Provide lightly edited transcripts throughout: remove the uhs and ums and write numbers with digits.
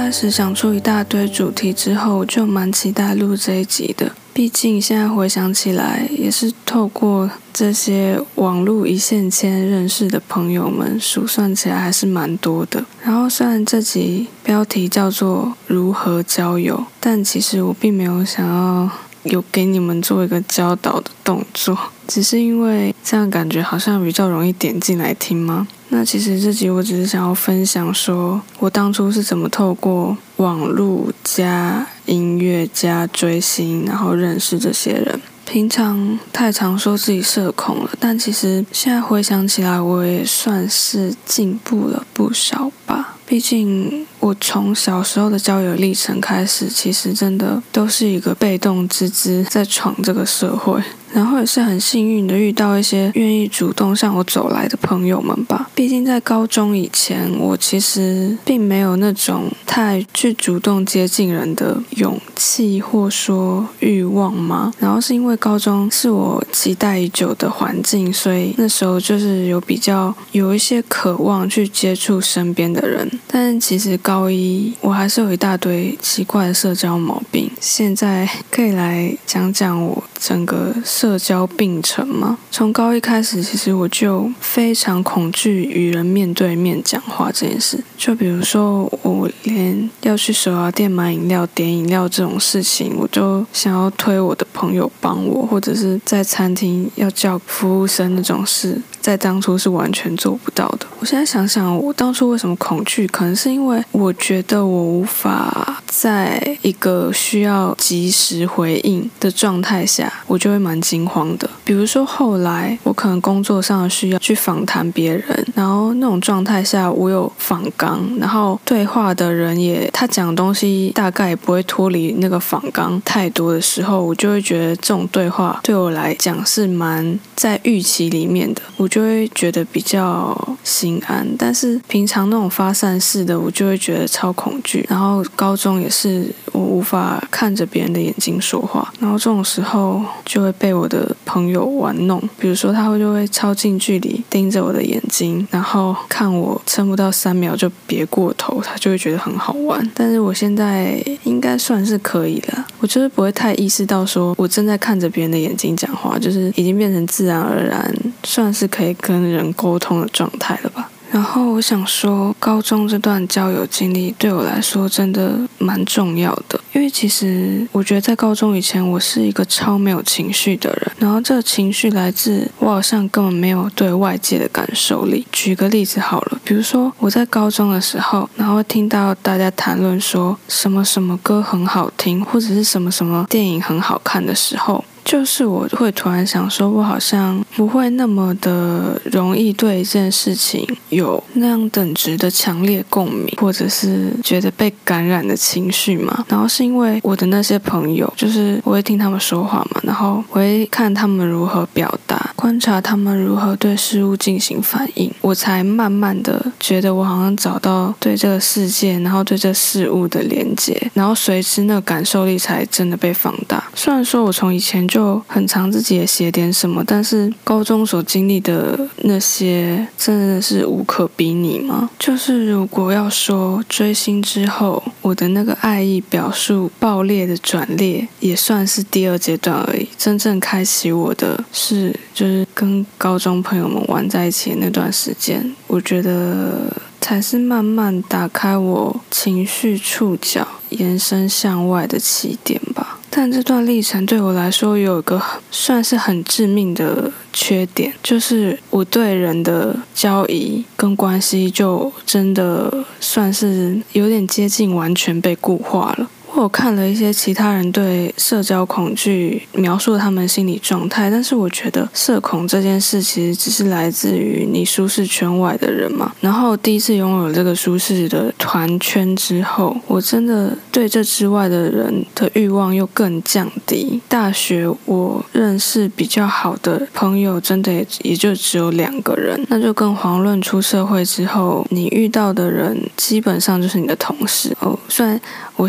开始想出一大堆主题之后，就蛮期待录这一集的。毕竟现在回想起来，也是透过这些网络一线牵认识的朋友们，数算起来还是蛮多的。然后虽然这集标题叫做如何交友，但其实我并没有想要有给你们做一个教导的动作，只是因为这样感觉好像比较容易点进来听吗？那其实这集我只是想要分享说，我当初是怎么透过网络加音乐加追星，然后认识这些人。平常太常说自己社恐了，但其实现在回想起来，我也算是进步了不少吧。毕竟我从小时候的交友历程开始，其实真的都是一个被动之姿在闯这个社会，然后也是很幸运的遇到一些愿意主动向我走来的朋友们吧。毕竟在高中以前，我其实并没有那种太去主动接近人的勇气或说欲望嘛。然后是因为高中是我期待已久的环境，所以那时候就是有一些渴望去接触身边的人。但其实高一我还是有一大堆奇怪的社交毛病，现在可以来讲讲我整个社交病程吗？从高一开始，其实我就非常恐惧与人面对面讲话这件事。就比如说，我连要去手摇店买饮料、点饮料这种事情，我都想要推我的朋友帮我，或者是在餐厅要叫服务生那种事，在当初是完全做不到的。我现在想想，我当初为什么恐惧，可能是因为我觉得我无法在一个需要及时回应的状态下，我就会蛮惊慌的。比如说后来我可能工作上的需要去访谈别人，然后那种状态下我有访纲，然后对话的人他讲的东西大概也不会脱离那个访纲太多的时候，我就会觉得这种对话对我来讲是蛮在预期里面的，我就会觉得比较心安。但是平常那种发散式的，我就会觉得超恐惧。然后高中也是我无法看着别人的眼睛说话，然后这种时候就会被我的朋友玩弄，比如说他就会超近距离盯着我的眼睛，然后看我撑不到3秒就别过头，他就会觉得很好玩。但是我现在应该算是可以了，我就是不会太意识到说我正在看着别人的眼睛讲话，就是已经变成自然而然算是可以跟人沟通的状态了吧。然后我想说，高中这段交友经历对我来说真的蛮重要的，因为其实我觉得在高中以前我是一个超没有情绪的人，然后这个情绪来自我好像根本没有对外界的感受力。举个例子好了，比如说我在高中的时候，然后听到大家谈论说什么什么歌很好听，或者是什么什么电影很好看的时候，就是我会突然想说，我好像不会那么的容易对一件事情有那样等值的强烈共鸣，或者是觉得被感染的情绪嘛。然后是因为我的那些朋友，就是我会听他们说话嘛，然后我会看他们如何表达，观察他们如何对事物进行反应，我才慢慢的觉得我好像找到对这个世界，然后对这事物的连接，然后随之那个感受力才真的被放大。虽然说我从以前就很常自己也写点什么，但是高中所经历的那些真的是无可比拟吗？就是如果要说追星之后我的那个爱意表述爆裂的转捩，也算是第2阶段而已。真正开启我的是就是跟高中朋友们玩在一起的那段时间，我觉得才是慢慢打开我情绪触角延伸向外的起点吧。但这段历程对我来说有一个算是很致命的缺点，就是我对人的交易跟关系就真的算是有点接近完全被固化了。我看了一些其他人对社交恐惧描述他们心理状态，但是我觉得社恐这件事其实只是来自于你舒适圈外的人嘛。然后第一次拥有这个舒适的团圈之后，我真的对这之外的人的欲望又更降低。大学我认识比较好的朋友真的也就只有2个人，那就更遑论出社会之后你遇到的人基本上就是你的同事。虽然我现在要讲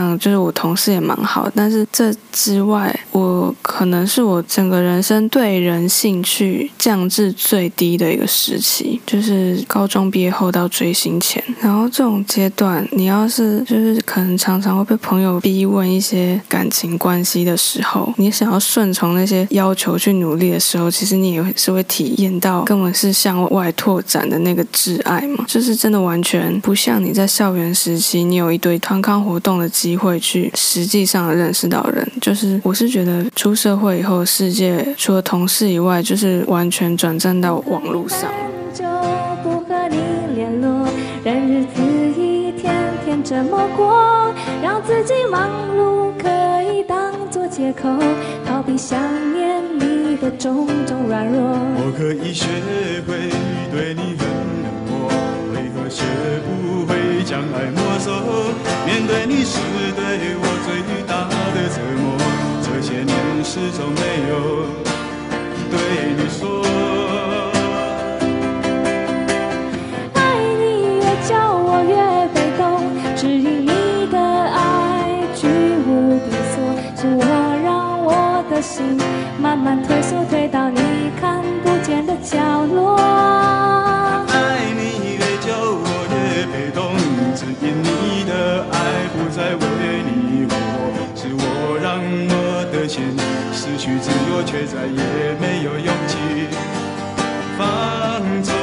上就是我同事也蛮好，但是这之外，我可能是我整个人生对人兴趣降至最低的一个时期，就是高中毕业后到追星前。然后这种阶段，你要是就是可能常常会被朋友逼问一些感情关系的时候，你想要顺从那些要求去努力的时候，其实你也是会体验到根本是向外拓展的那个挚爱嘛，就是真的完全不像你在校园时期，你有一堆团康活动的机会去实际上的认识到人。就是我是觉得出社会以后，世界除了同事以外，就是完全转战到网络上。 就不和你联络，任日子一天天这么过，让自己忙碌可以当作借口，逃避想念你的种种软弱。 我可以学会对你很冷漠，为何学不会将爱没收？面对你是对我最大的折磨，这些年始终没有对你说。 爱你越久我越被动，只因你的爱居无定所，是我让我的心慢慢退缩，退到你看不见的角落。 爱你越久我越被动，只因你的爱不再为你活，是我让我的心失去自由，却再也没有勇气放纵。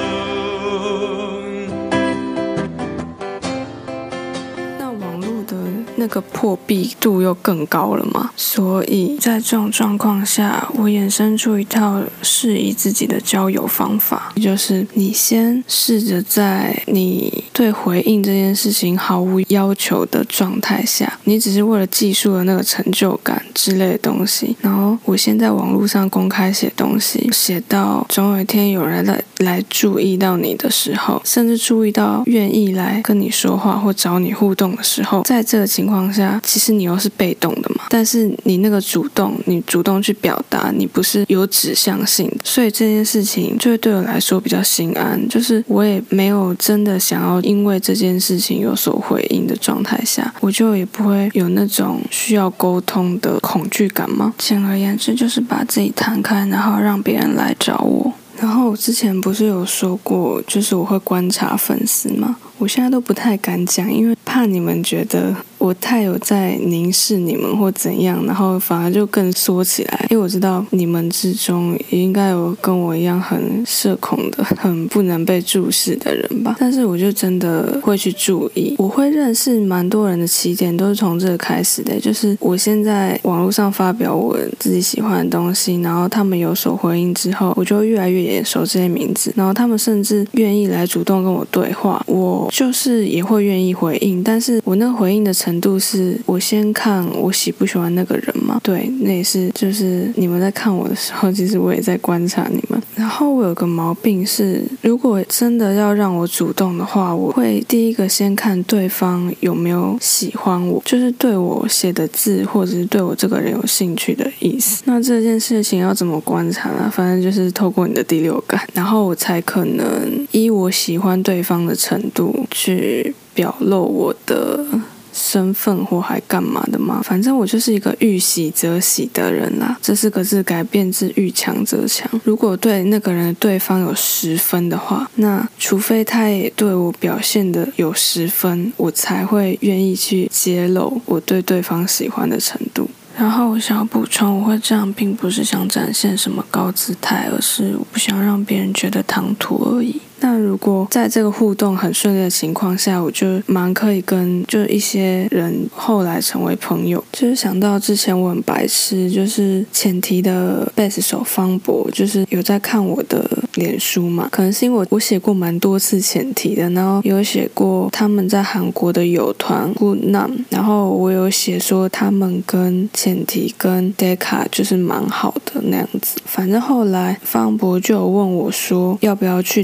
那个破壁度又更高了嘛，所以在这种状况下，我衍生出一套适宜自己的交友方法，就是你先试着在你对回应这件事情毫无要求的状态下，你只是为了技术的那个成就感之类的东西，然后我先在网络上公开写东西，写到总有一天有人来注意到你的时候，甚至注意到愿意来跟你说话或找你互动的时候，在这个情况下，其实你又是被动的嘛，但是你那个你主动去表达，你不是有指向性的，所以这件事情就会对我来说比较心安，就是我也没有真的想要因为这件事情有所回应的状态下，我就也不会有那种需要沟通的恐惧感嘛。简而言之，就是把自己摊开，然后让别人来找我。然后我之前不是有说过，就是我会观察粉丝嘛，我现在都不太敢讲，因为怕你们觉得我太有在凝视你们或怎样，然后反而就更缩起来。因为我知道你们之中也应该有跟我一样很社恐的、很不能被注视的人吧，但是我就真的会去注意，我会认识蛮多人的起点都是从这个开始的，就是我现在网络上发表我自己喜欢的东西，然后他们有所回应之后，我就越来越眼熟这些名字，然后他们甚至愿意来主动跟我对话，我就是也会愿意回应，但是我那个回应的程度是我先看我喜不喜欢那个人嘛，对，那也是就是你们在看我的时候，其实我也在观察你们。然后我有个毛病是，如果真的要让我主动的话，我会第一个先看对方有没有喜欢我，就是对我写的字或者是对我这个人有兴趣的意思。那这件事情要怎么观察呢？反正就是透过你的第六感，然后我才可能依我喜欢对方的程度去表露我的身份或还干嘛的嘛，反正我就是一个遇喜则喜的人啦。这4个字改变自遇强则强。如果对那个人的对方有10分的话，那除非他也对我表现的有10分，我才会愿意去揭露我对对方喜欢的程度。然后我想要补充，我会这样并不是想展现什么高姿态，而是我不想让别人觉得唐突而已。那如果在这个互动很顺利的情况下，我就蛮可以跟就一些人后来成为朋友。就是想到之前我很白痴，就是前提的贝斯手方博，就是有在看我的脸书嘛，可能是因为我写过蛮多次前提的，然后有写过他们在韩国的友团 Good Nam， 然后我有写说他们跟前提跟 Decca 就是蛮好的那样子。反正后来方博就有问我说要不要去他们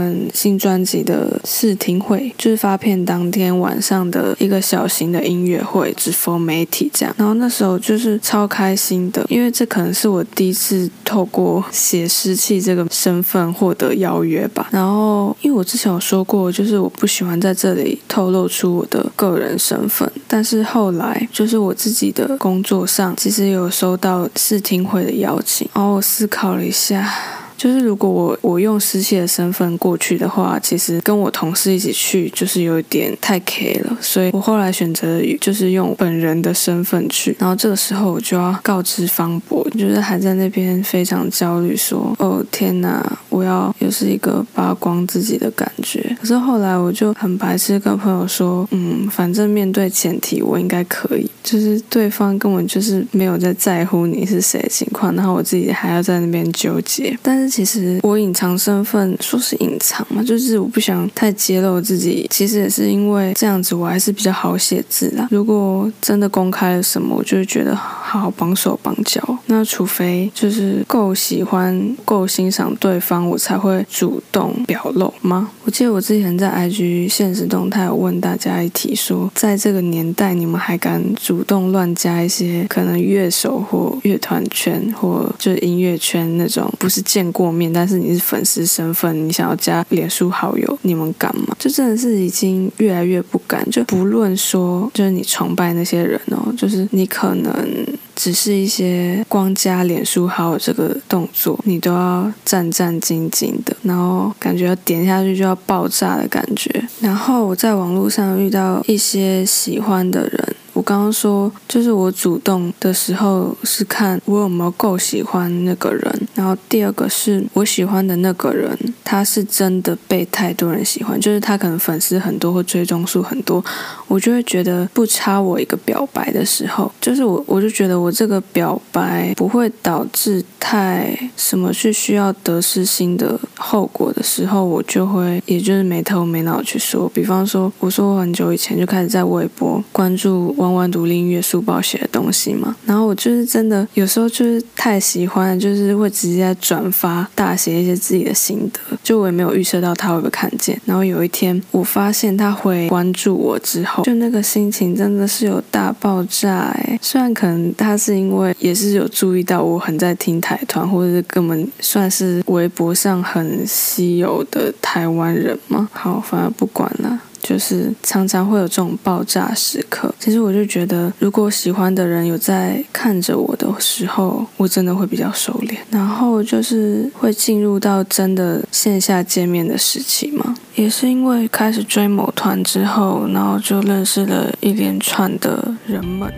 们新专辑的试听会，就是发片当天晚上的一个小型的音乐会，只 for 媒体这样。然后那时候就是超开心的，因为这可能是我第一次透过写诗器这个身份获得邀约吧。然后因为我之前有说过，就是我不喜欢在这里透露出我的个人身份，但是后来就是我自己的工作上其实有收到试听会的邀请，然后我思考了一下，就是如果我用诗器的身份过去的话，其实跟我同事一起去就是有点太 K 了，所以我后来选择就是用本人的身份去。然后这个时候我就要告知方博，就是还在那边非常焦虑说，哦天哪，我要又是一个扒光自己的感觉。可是后来我就很白痴跟朋友说，反正面对前提我应该可以，就是对方根本就是没有在乎你是谁的情况，然后我自己还要在那边纠结。但是其实我隐藏身份，说是隐藏嘛，就是我不想太揭露自己，其实也是因为这样子我还是比较好写字啦。如果真的公开了什么，我就会觉得好绑手绑脚，那除非就是够喜欢够欣赏对方，我才会主动表露吗？我记得我之前在 IG 限时动态有问大家一题说，在这个年代你们还敢主动乱加一些可能乐手或乐团圈或就是音乐圈那种不是见过面，但是你是粉丝身份，你想要加脸书好友，你们敢吗？就真的是已经越来越不敢，就不论说就是你崇拜那些人哦，就是你可能只是一些光加脸书好友这个动作，你都要战战兢兢的，然后感觉要点下去就要爆炸的感觉。然后我在网络上遇到一些喜欢的人，我刚刚说就是我主动的时候是看我有没有够喜欢那个人，然后第二个是我喜欢的那个人他是真的被太多人喜欢，就是他可能粉丝很多或追踪数很多，我就会觉得不差我一个表白的时候，就是我就觉得我这个表白不会导致太什么去需要得失心的后果的时候，我就会也就是没头没脑去说。比方说我说我很久以前就开始在微博关注弯弯独立音乐书包写的东西嘛，然后我就是真的有时候就是太喜欢了，就是会直接转发大写一些自己的心得，就我也没有预测到他会不会看见。然后有一天我发现他会关注我之后，就那个心情真的是有大爆炸耶。虽然可能他是因为也是有注意到我很在听台团，或者是根本算是微博上很稀有的台湾人嘛，好，反正不管啦，就是常常会有这种爆炸时刻。其实我就觉得如果喜欢的人有在看着我的时候，我真的会比较收敛，然后就是会进入到真的线下见面的时期嘛。也是因为开始追某团之后，然后就认识了一连串的人们。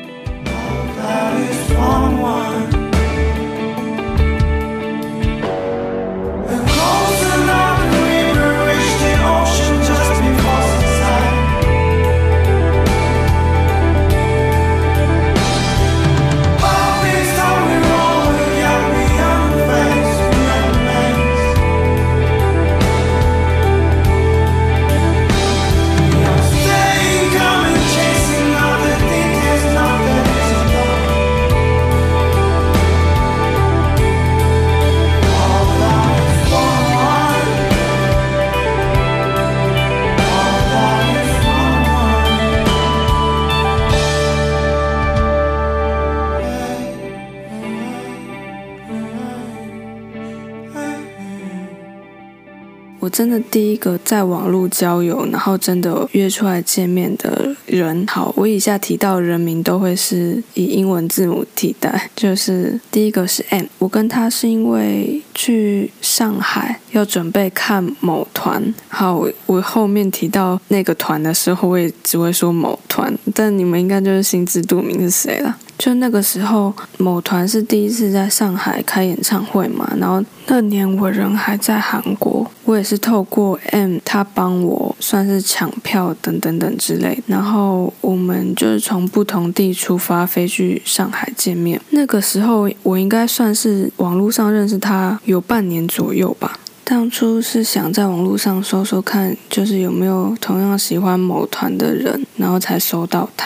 我真的第一个在网络交友，然后真的约出来见面的人，好，我以下提到人名都会是以英文字母替代，就是第一个是 M， 我跟他是因为去上海要准备看某团，好，我后面提到那个团的时候，我也只会说某团，但你们应该就是心知肚明是谁了。就那个时候某团是第一次在上海开演唱会嘛，然后那年我人还在韩国，我也是透过 M 他帮我算是抢票等等等之类，然后我们就是从不同地出发飞去上海见面。那个时候我应该算是网络上认识他有半年左右吧，当初是想在网络上搜搜看，就是有没有同样喜欢某团的人，然后才搜到他。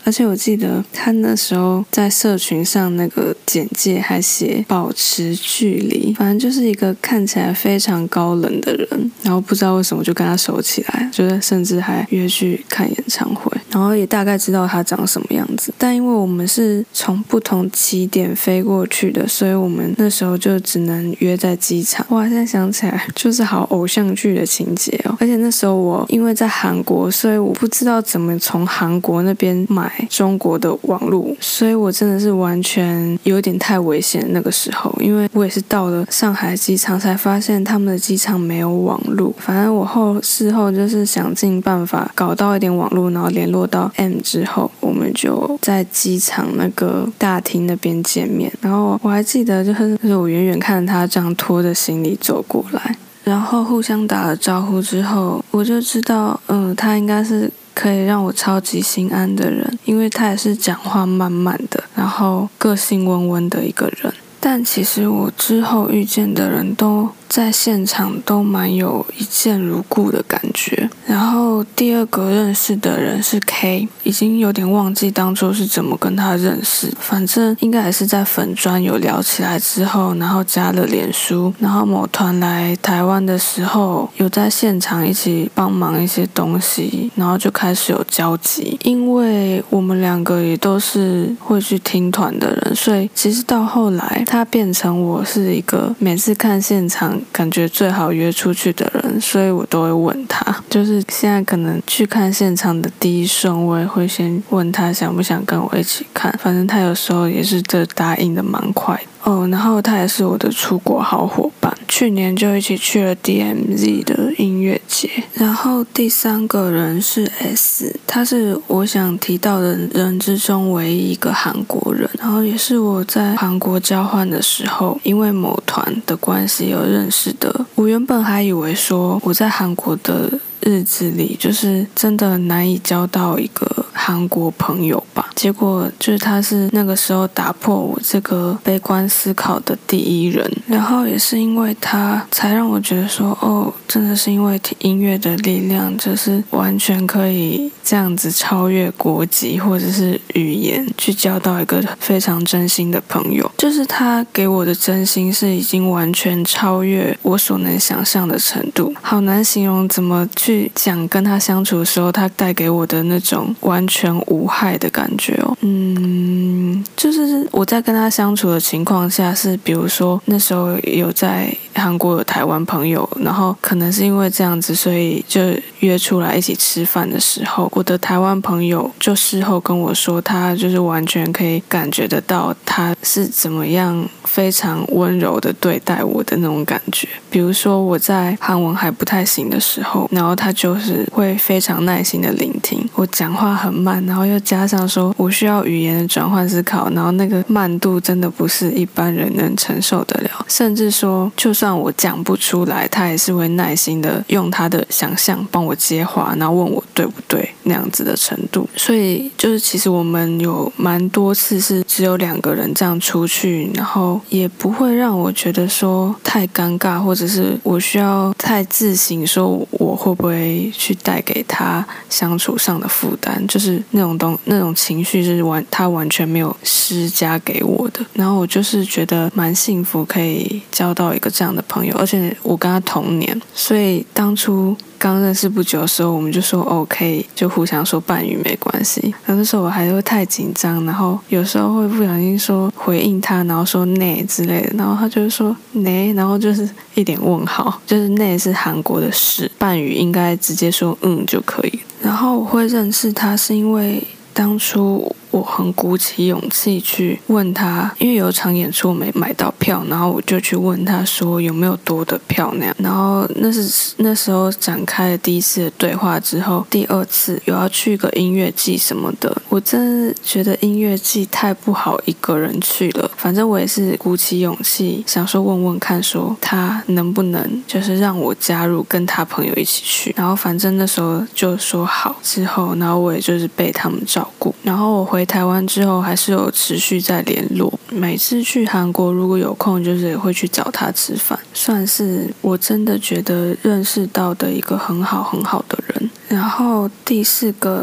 而且我记得他那时候在社群上那个简介还写保持距离，反正就是一个看起来非常高冷的人，然后不知道为什么就跟他熟起来，就是甚至还约去看演唱会，然后也大概知道他长什么样子。但因为我们是从不同起点飞过去的，所以我们那时候就只能约在机场。哇，现在想起来就是好偶像剧的情节哦。而且那时候我因为在韩国，所以我不知道怎么从韩国那边买中国的网路，所以我真的是完全有点太危险那个时候，因为我也是到了上海机场才发现他们的机场没有网路。反正我事后就是想尽办法搞到一点网路，然后联络到 M 之后，我们就在机场那个大厅那边见面。然后我还记得就是我远远看着他这样拖着行李走过来，然后互相打了招呼之后，我就知道他应该是可以让我超级心安的人，因为他也是讲话慢慢的，然后个性温温的一个人。但其实我之后遇见的人都在现场都蛮有一见如故的感觉。然后第二个认识的人是 K， 已经有点忘记当初是怎么跟他认识，反正应该也是在粉专有聊起来之后，然后加了脸书，然后某团来台湾的时候有在现场一起帮忙一些东西，然后就开始有交集。因为我们两个也都是会去听团的人，所以其实到后来他变成我是一个每次看现场感觉最好约出去的人，所以我都会问他，就是现在可能去看现场的第一顺位会先问他想不想跟我一起看，反正他有时候也是答应的蛮快的。然后他也是我的出国好伙伴，去年就一起去了 DMZ 的音乐节。然后第三个人是 S， 他是我想提到的人之中唯一一个韩国人，然后也是我在韩国交换的时候因为某团的关系而认识的。我原本还以为说我在韩国的日子里就是真的难以交到一个韩国朋友吧，结果就是他是那个时候打破我这个悲观思考的第一人。然后也是因为他才让我觉得说真的是因为音乐的力量，就是完全可以这样子超越国籍或者是语言去交到一个非常真心的朋友，就是他给我的真心是已经完全超越我所能想象的程度，好难形容怎么去讲跟他相处的时候他带给我的那种完全无害的感觉哦。就是我在跟他相处的情况下是比如说那时候有在韩国有台湾朋友，然后可能是因为这样子所以就约出来一起吃饭的时候，我的台湾朋友就事后跟我说他就是完全可以感觉得到他是怎么样非常温柔的对待我的那种感觉。比如说我在韩文还不太行的时候，然后他就是会非常耐心的聆听我讲话很慢，然后又加上说我需要语言的转换思考，然后那个慢度真的不是一般人能承受得了，甚至说就算我讲不出来，他也是会耐心的用他的想象帮我接话，然后问我对不对那样子的程度。所以就是其实我们有蛮多次是只有2个人这样出去，然后也不会让我觉得说太尴尬，或者是我需要太自省说我会不会去带给他相处上的负担，就是那种情绪是他完全没有施加给我的。然后我就是觉得蛮幸福可以交到一个这样的朋友，而且我跟他同年，所以当初刚认识不久的时候我们就说OK，就互相说伴语没关系。然后那时候我还会太紧张，然后有时候会不小心说回应他，然后说内之类的，然后他就会说内，然后就是一点问号，就是内是韩国的事，伴语应该直接说就可以。然后我会认识他是因为当初我很鼓起勇气去问他，因为有一场演出我没买到票，然后我就去问他说有没有多的票那样。然后那时候展开了第一次的对话之后，第2次有要去一个音乐季什么的，我真的觉得音乐季太不好一个人去了，反正我也是鼓起勇气想说问问看说他能不能就是让我加入跟他朋友一起去。然后反正那时候就说好之后，然后我也就是被他们照顾。然后我回台湾之后还是有持续在联络，每次去韩国如果有空就是也会去找他吃饭，算是我真的觉得认识到的一个很好很好的人。然后第4个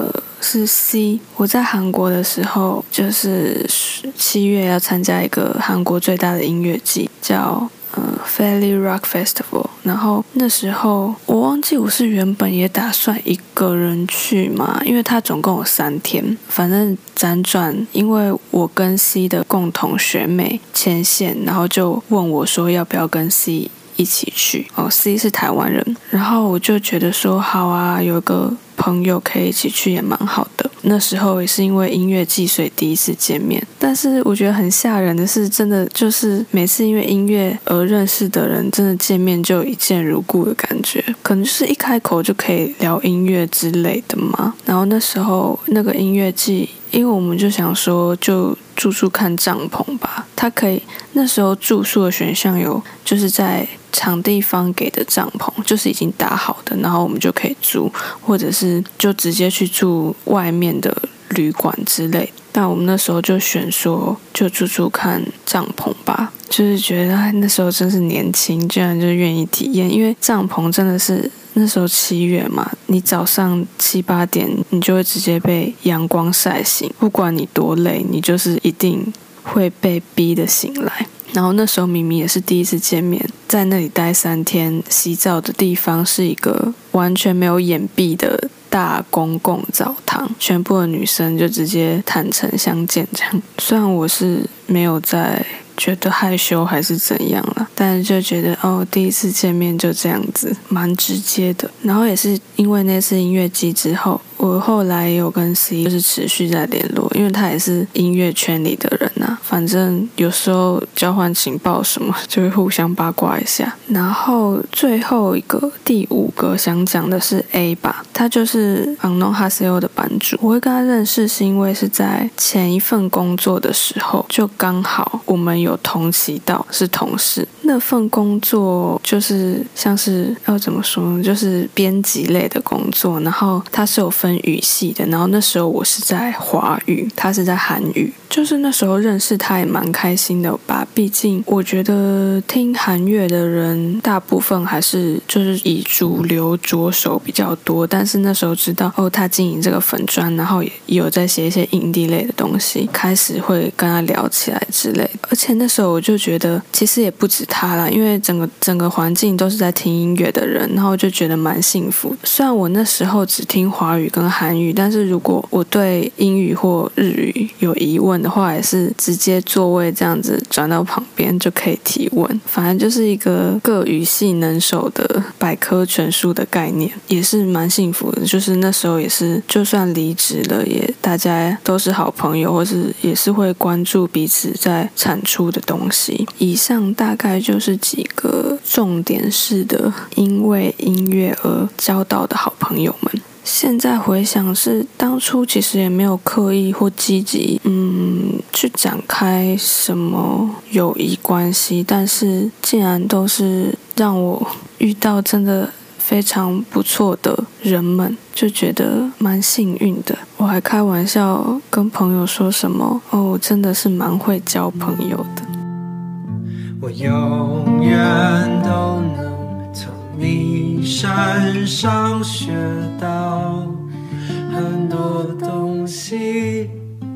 是 C。我在韩国的时候，就是7月要参加一个韩国最大的音乐季，叫Philly Rock Festival。然后那时候我忘记我是原本也打算一个人去嘛，因为它总共有3天。反正辗转，因为我跟 C 的共同学妹牵线，然后就问我说要不要跟 C一起去。C 是台湾人，然后我就觉得说好啊，有个朋友可以一起去也蛮好的。那时候也是因为音乐季所以第一次见面，但是我觉得很吓人的是，真的就是每次因为音乐而认识的人，真的见面就一见如故的感觉，可能就是一开口就可以聊音乐之类的嘛。然后那时候那个音乐季，因为我们就想说就住看帐篷吧，它可以那时候住宿的选项有就是在场地方给的帐篷，就是已经搭好的，然后我们就可以住，或者是就直接去住外面的旅馆之类。但我们那时候就选说就住看帐篷吧，就是觉得那时候真是年轻，居然就愿意体验。因为帐篷真的是那时候7月嘛，你早上7、8点你就会直接被阳光晒醒，不管你多累，你就是一定会被逼得醒来。然后那时候明明也是第一次见面，在那里待3天，洗澡的地方是一个完全没有掩蔽的大公共澡堂，全部的女生就直接坦诚相见这样。虽然我是没有在觉得害羞还是怎样啦，但是就觉得第一次见面就这样子，蛮直接的。然后也是因为那次音乐季之后，我后来也有跟 C 就是持续在联络，因为他也是音乐圈里的人啊，反正有时候交换情报什么就会互相八卦一下。然后最后一个第5个想讲的是 A 吧，他就是Unknown Haseo的版主。我会跟他认识是因为是在前一份工作的时候，就刚好我们有同期到，是同事。那份工作就是像是要怎么说呢，就是编辑类的工作，然后它是有分语系的，然后那时候我是在华语，他是在韩语。就是那时候认识他也蛮开心的吧，毕竟我觉得听韩乐的人大部分还是就是以主流着手比较多，但是那时候知道他经营这个粉专，然后也有在写一些indie地类的东西，开始会跟他聊起来之类的。而且那时候我就觉得其实也不止他啦，因为整个环境都是在听音乐的人，然后我就觉得蛮幸福的。虽然我那时候只听华语跟韩语，但是如果我对英语或日语有疑问的话，也是直接座位这样子转到旁边就可以提问。反正就是一个各语系能手的百科全书的概念，也是蛮幸福的。就是那时候也是就算离职了，也大家都是好朋友，或是也是会关注彼此在产出的东西。以上大概就是几个重点式的因为音乐而交到的好朋友们。现在回想是当初其实也没有刻意或积极去展开什么友谊关系，但是竟然都是让我遇到真的非常不错的人们，就觉得蛮幸运的。我还开玩笑跟朋友说什么我真的是蛮会交朋友的。 我永远都能从你身上学到很多东西，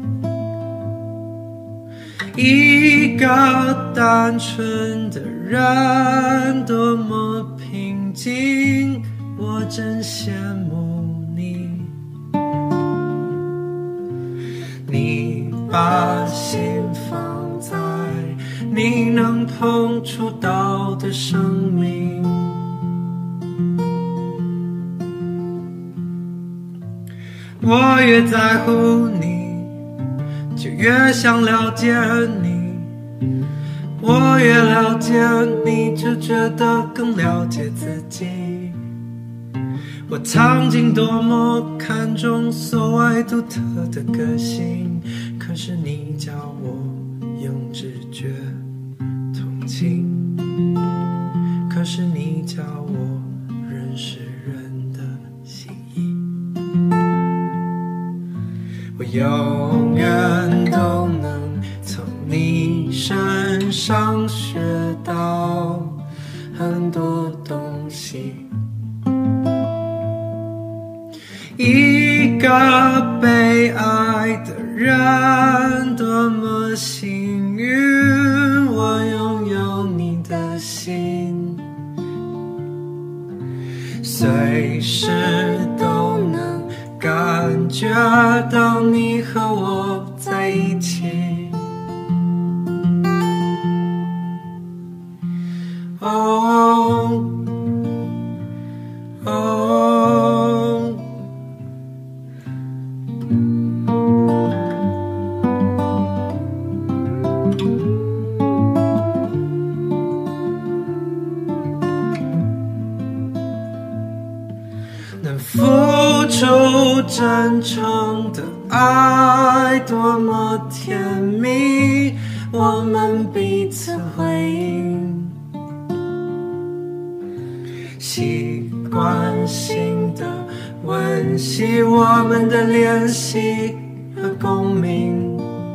一个单纯的人多么平静，我真羡慕你。你把心放在你能碰触到的生命，我越在乎你，就越想了解你，我越了解你，就觉得更了解自己。我曾经多么看重所谓独特的个性，可是你教我用直觉同情，可是你教我认识人的心意。我永远都能从你身上学到很多东西，一一个被爱的人，多么幸运，我拥有你的心，随时都能感觉到你和我在一起。哦哦，能付出真诚的爱，多么甜蜜，我们彼此回应。习惯性的温习我们的练习和共鸣，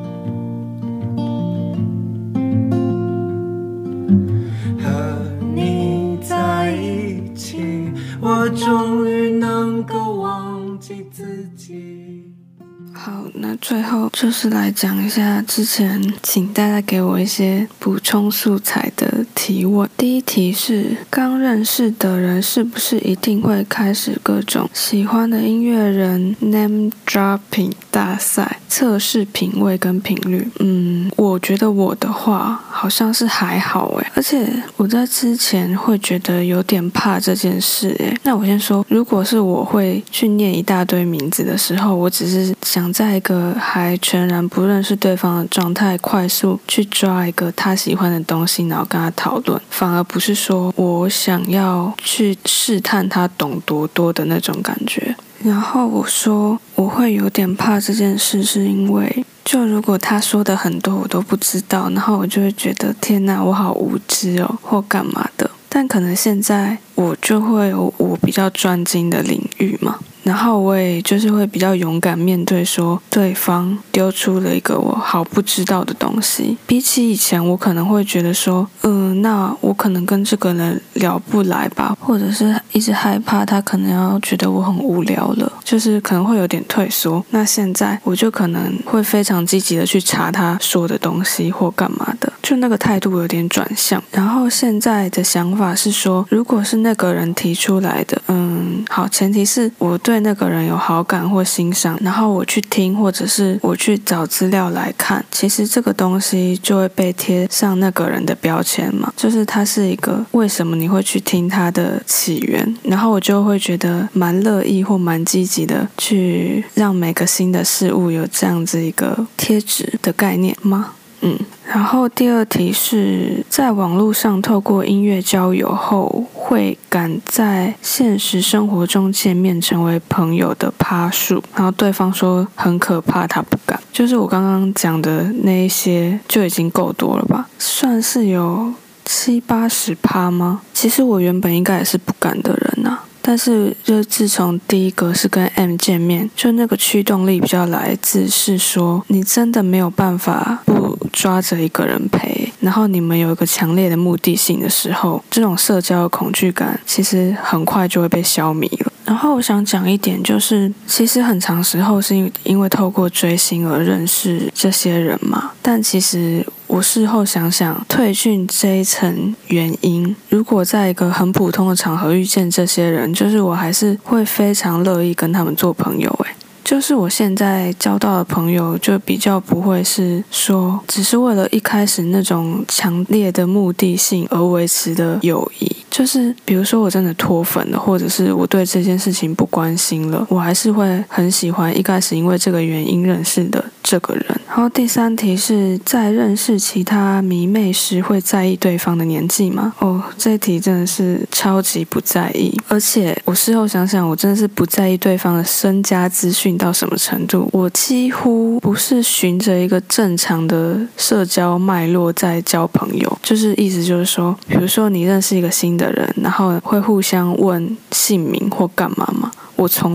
和你在一起，我终于能够忘记自己。 好，那最后就是来讲一下之前请大家给我一些补充素材的提问。第一题是，刚认识的人是不是一定会开始各种喜欢的音乐人 name dropping 大赛，测试品味跟频率？我觉得我的话好像是还好诶，而且我在之前会觉得有点怕这件事诶。那我先说，如果是我会去念一大堆名字的时候，我只是想在一个还全然不认识对方的状态，快速去抓一个他喜欢的东西，然后跟他讨论，反而不是说我想要去试探他懂多多的那种感觉。然后我说我会有点怕这件事，是因为就如果他说的很多我都不知道，然后我就会觉得天哪，我好无知哦，或干嘛的。但可能现在我就会有我比较专精的领域嘛，然后我也就是会比较勇敢面对说对方丢出了一个我好不知道的东西。比起以前我可能会觉得说那我可能跟这个人聊不来吧，或者是一直害怕他可能要觉得我很无聊了，就是可能会有点退缩。那现在我就可能会非常积极的去查他说的东西或干嘛的，就那个态度有点转向。然后现在的想法是说，如果是那个人提出来的，好，前提是我对那个人有好感或欣赏，然后我去听或者是我去找资料来看，其实这个东西就会被贴上那个人的标签嘛，就是他是一个为什么你会去听他的起源，然后我就会觉得蛮乐意或蛮积极的去让每个新的事物有这样子一个贴纸的概念吗？然后第二题是，在网络上透过音乐交友后，会敢在现实生活中见面成为朋友的趴数，然后对方说很可怕，他不敢。就是我刚刚讲的那一些就已经够多了吧，算是有70-80%吗？其实我原本应该也是不敢的人啊，但是就自从第一个是跟 M 见面，就那个驱动力比较来自是说，你真的没有办法不抓着一个人陪，然后你们有一个强烈的目的性的时候，这种社交的恐惧感其实很快就会被消弭了。然后我想讲一点，就是其实很长时候是因为透过追星而认识这些人嘛，但其实我事后想想，退训这一层原因，如果在一个很普通的场合遇见这些人，就是我还是会非常乐意跟他们做朋友。就是我现在交到的朋友就比较不会是说只是为了一开始那种强烈的目的性而维持的友谊，就是比如说我真的脱粉了，或者是我对这件事情不关心了，我还是会很喜欢一开始因为这个原因认识的这个人。然后第三题是，在认识其他迷妹时会在意对方的年纪吗？这一题真的是超级不在意，而且我事后想想，我真的是不在意对方的身家资讯到什么程度，我几乎不是循着一个正常的社交脉络在交朋友，就是意思就是说，比如说你认识一个新的人，然后会互相问姓名或干嘛嘛，我从来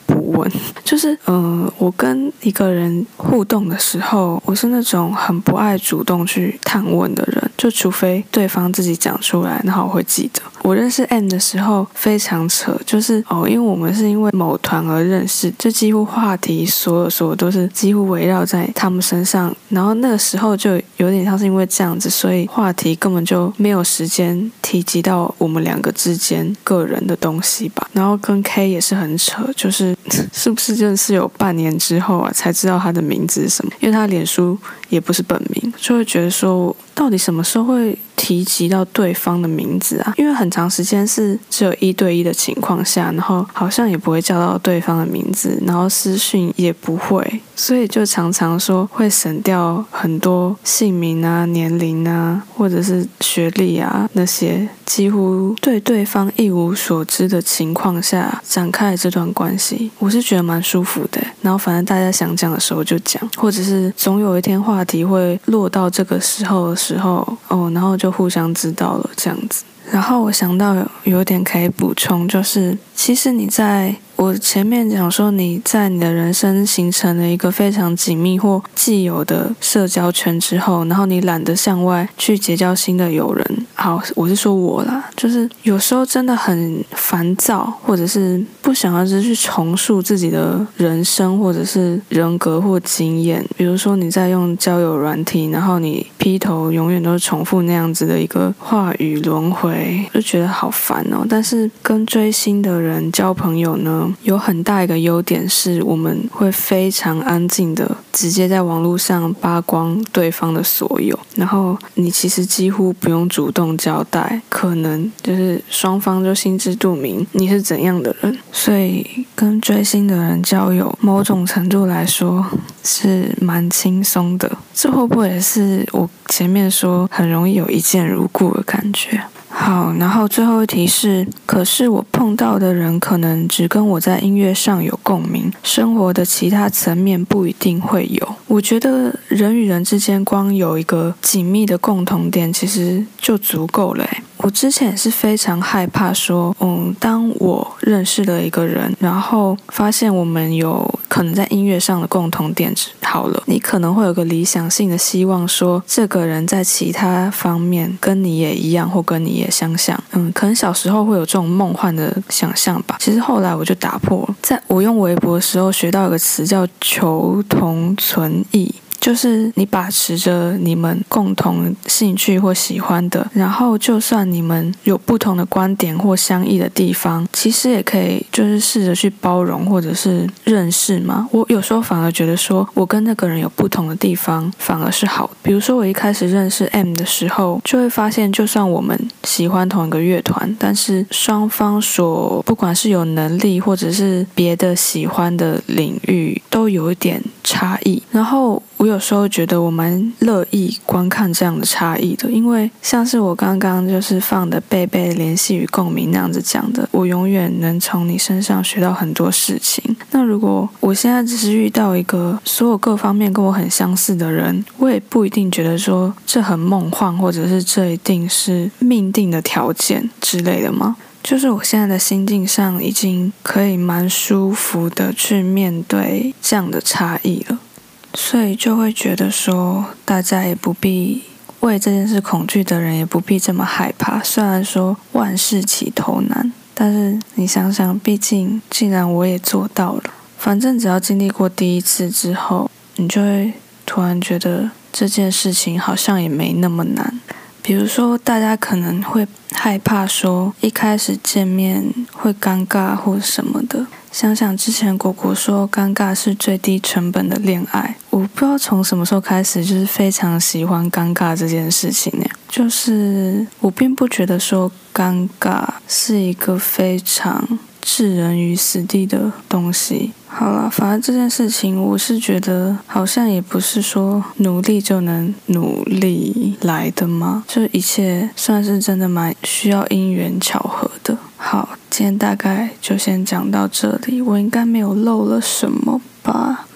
不问。就是我跟一个人互动的时候，我是那种很不爱主动去探问的人，就除非对方自己讲出来，然后我会记得。我认识 M 的时候非常扯，就是因为我们是因为某团而认识，就几乎话题所有都是几乎围绕在他们身上，然后那个时候就有点像是因为这样子，所以话题根本就没有时间提及到我们两个之间个人的东西吧。然后跟 K 也是很扯，就是是不是认识有半年之后啊才知道他的名字是什么，因为他脸书也不是本名，就会觉得说到底什么时候会提及到对方的名字啊？因为很长时间是只有1对1的情况下，然后好像也不会叫到对方的名字，然后私讯也不会，所以就常常说会省掉很多姓名啊、年龄啊，或者是学历啊那些几乎对对方一无所知的情况下展开这段关系，我是觉得蛮舒服的。然后反正大家想讲的时候就讲，或者是总有一天话题会落到这个时候，然后就互相知道了这样子。然后我想到有点可以补充，就是其实我前面讲说你在你的人生形成了一个非常紧密或既有的社交圈之后，然后你懒得向外去结交新的友人。好，我是说我啦，就是有时候真的很烦躁，或者是不想要去重塑自己的人生或者是人格或经验。比如说你在用交友软体，然后你劈头永远都是重复那样子的一个话语轮回，就觉得好烦哦。但是跟追星的人交朋友呢，有很大一个优点是我们会非常安静的直接在网络上扒光对方的所有，然后你其实几乎不用主动交代，可能就是双方就心知肚明你是怎样的人。所以跟追星的人交友某种程度来说是蛮轻松的，这会不会也是我前面说很容易有一见如故的感觉？好，然后最后一题是，可是我碰到的人可能只跟我在音乐上有共鸣，生活的其他层面不一定会有。我觉得人与人之间光有一个紧密的共同点其实就足够了。我之前也是非常害怕说，当我认识了一个人，然后发现我们有可能在音乐上的共同点好了，你可能会有个理想性的希望说，这个人在其他方面跟你也一样，或跟你也相像。可能小时候会有这种梦幻的想象吧。其实后来我就打破了，在我用微博的时候学到一个词叫求同存异。就是你把持着你们共同兴趣或喜欢的，然后就算你们有不同的观点或相异的地方，其实也可以就是试着去包容或者是认识嘛。我有时候反而觉得说我跟那个人有不同的地方反而是好的。比如说我一开始认识 M 的时候，就会发现就算我们喜欢同一个乐团，但是双方所不管是有能力或者是别的喜欢的领域都有一点差异。然后我有时候觉得我蛮乐意观看这样的差异的，因为像是我刚刚就是放的贝贝联系与共鸣那样子讲的，我永远能从你身上学到很多事情。那如果我现在只是遇到一个所有各方面跟我很相似的人，我也不一定觉得说这很梦幻，或者是这一定是命定的条件之类的吗？就是我现在的心境上已经可以蛮舒服的去面对这样的差异了，所以就会觉得说大家也不必为这件事恐惧的人也不必这么害怕。虽然说万事起头难，但是你想想，毕竟既然我也做到了，反正只要经历过第一次之后，你就会突然觉得这件事情好像也没那么难。比如说大家可能会害怕说一开始见面会尴尬或什么的，想想之前果果说尴尬是最低成本的恋爱，我不知道从什么时候开始就是非常喜欢尴尬这件事情呢。就是我并不觉得说尴尬是一个非常置人于死地的东西。好啦，反正这件事情我是觉得好像也不是说努力就能努力来的嘛，就一切算是真的蛮需要因缘巧合的。好，今天大概就先讲到这里，我应该没有漏了什么吧。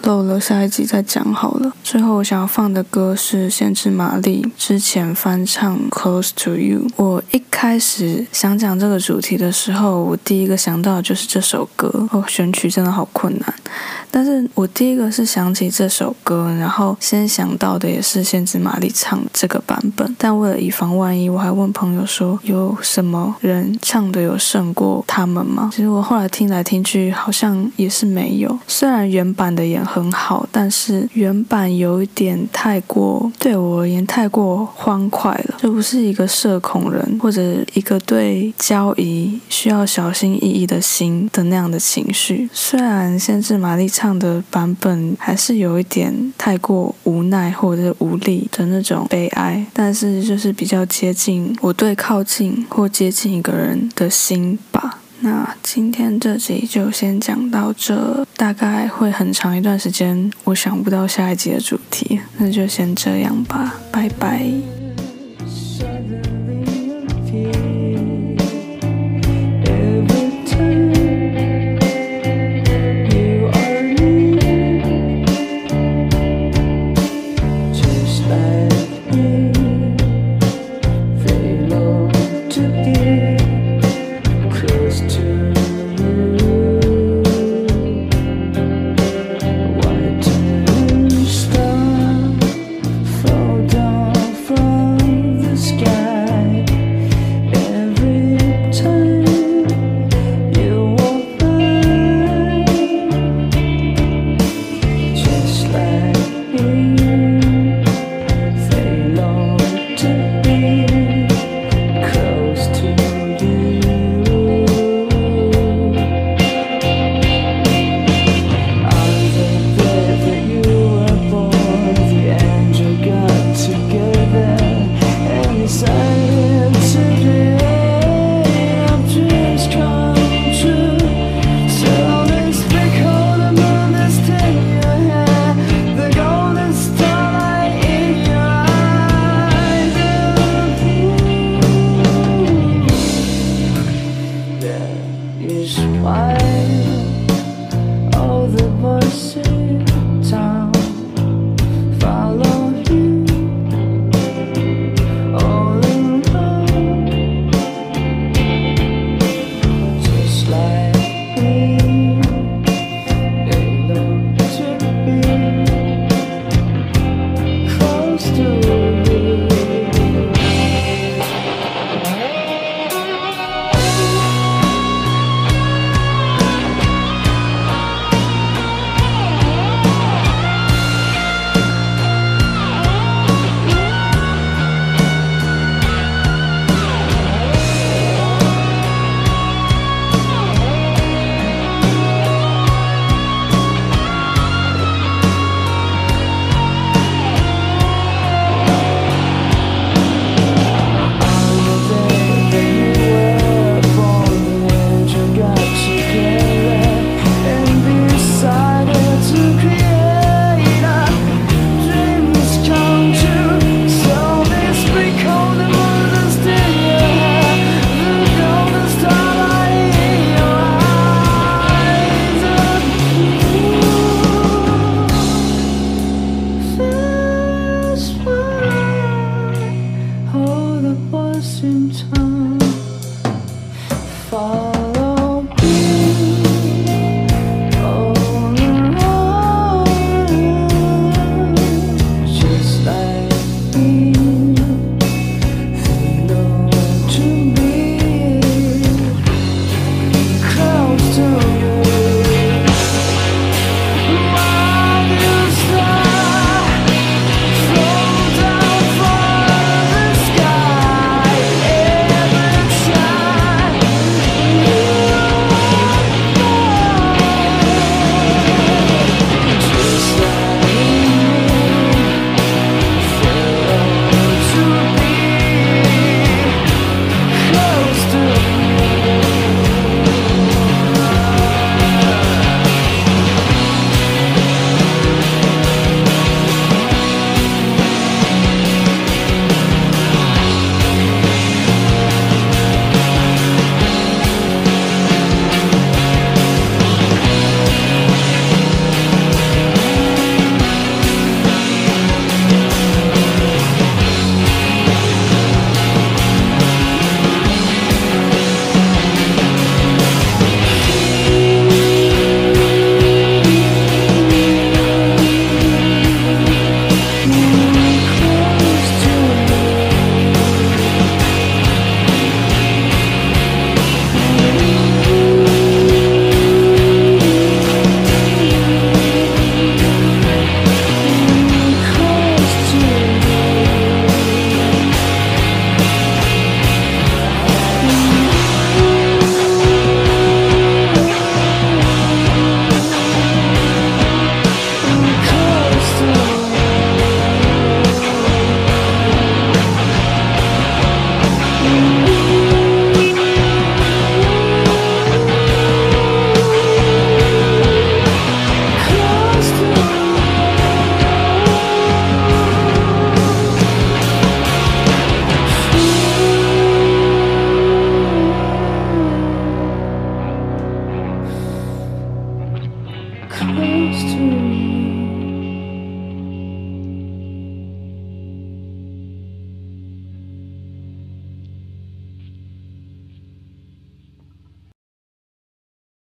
漏了下一集再讲好了。最后我想要放的歌是限制玛丽之前翻唱 Close to You。 我一开始想讲这个主题的时候，我第一个想到的就是这首歌选曲真的好困难，但是我第一个是想起这首歌，然后先想到的也是限制玛丽唱这个版本。但为了以防万一，我还问朋友说有什么人唱的有胜过他们吗？其实我后来听来听去好像也是没有，虽然原版的也很好，但是原版有一点太过，对我而言太过欢快了，就不是一个社恐人或者一个对交易需要小心翼翼的心的那样的情绪。虽然限制玛丽唱的版本还是有一点太过无奈或者是无力的那种悲哀，但是就是比较接近我对靠近或接近一个人的心吧。那今天这集就先讲到这，大概会很长一段时间我想不到下一集的主题，那就先这样吧，拜拜。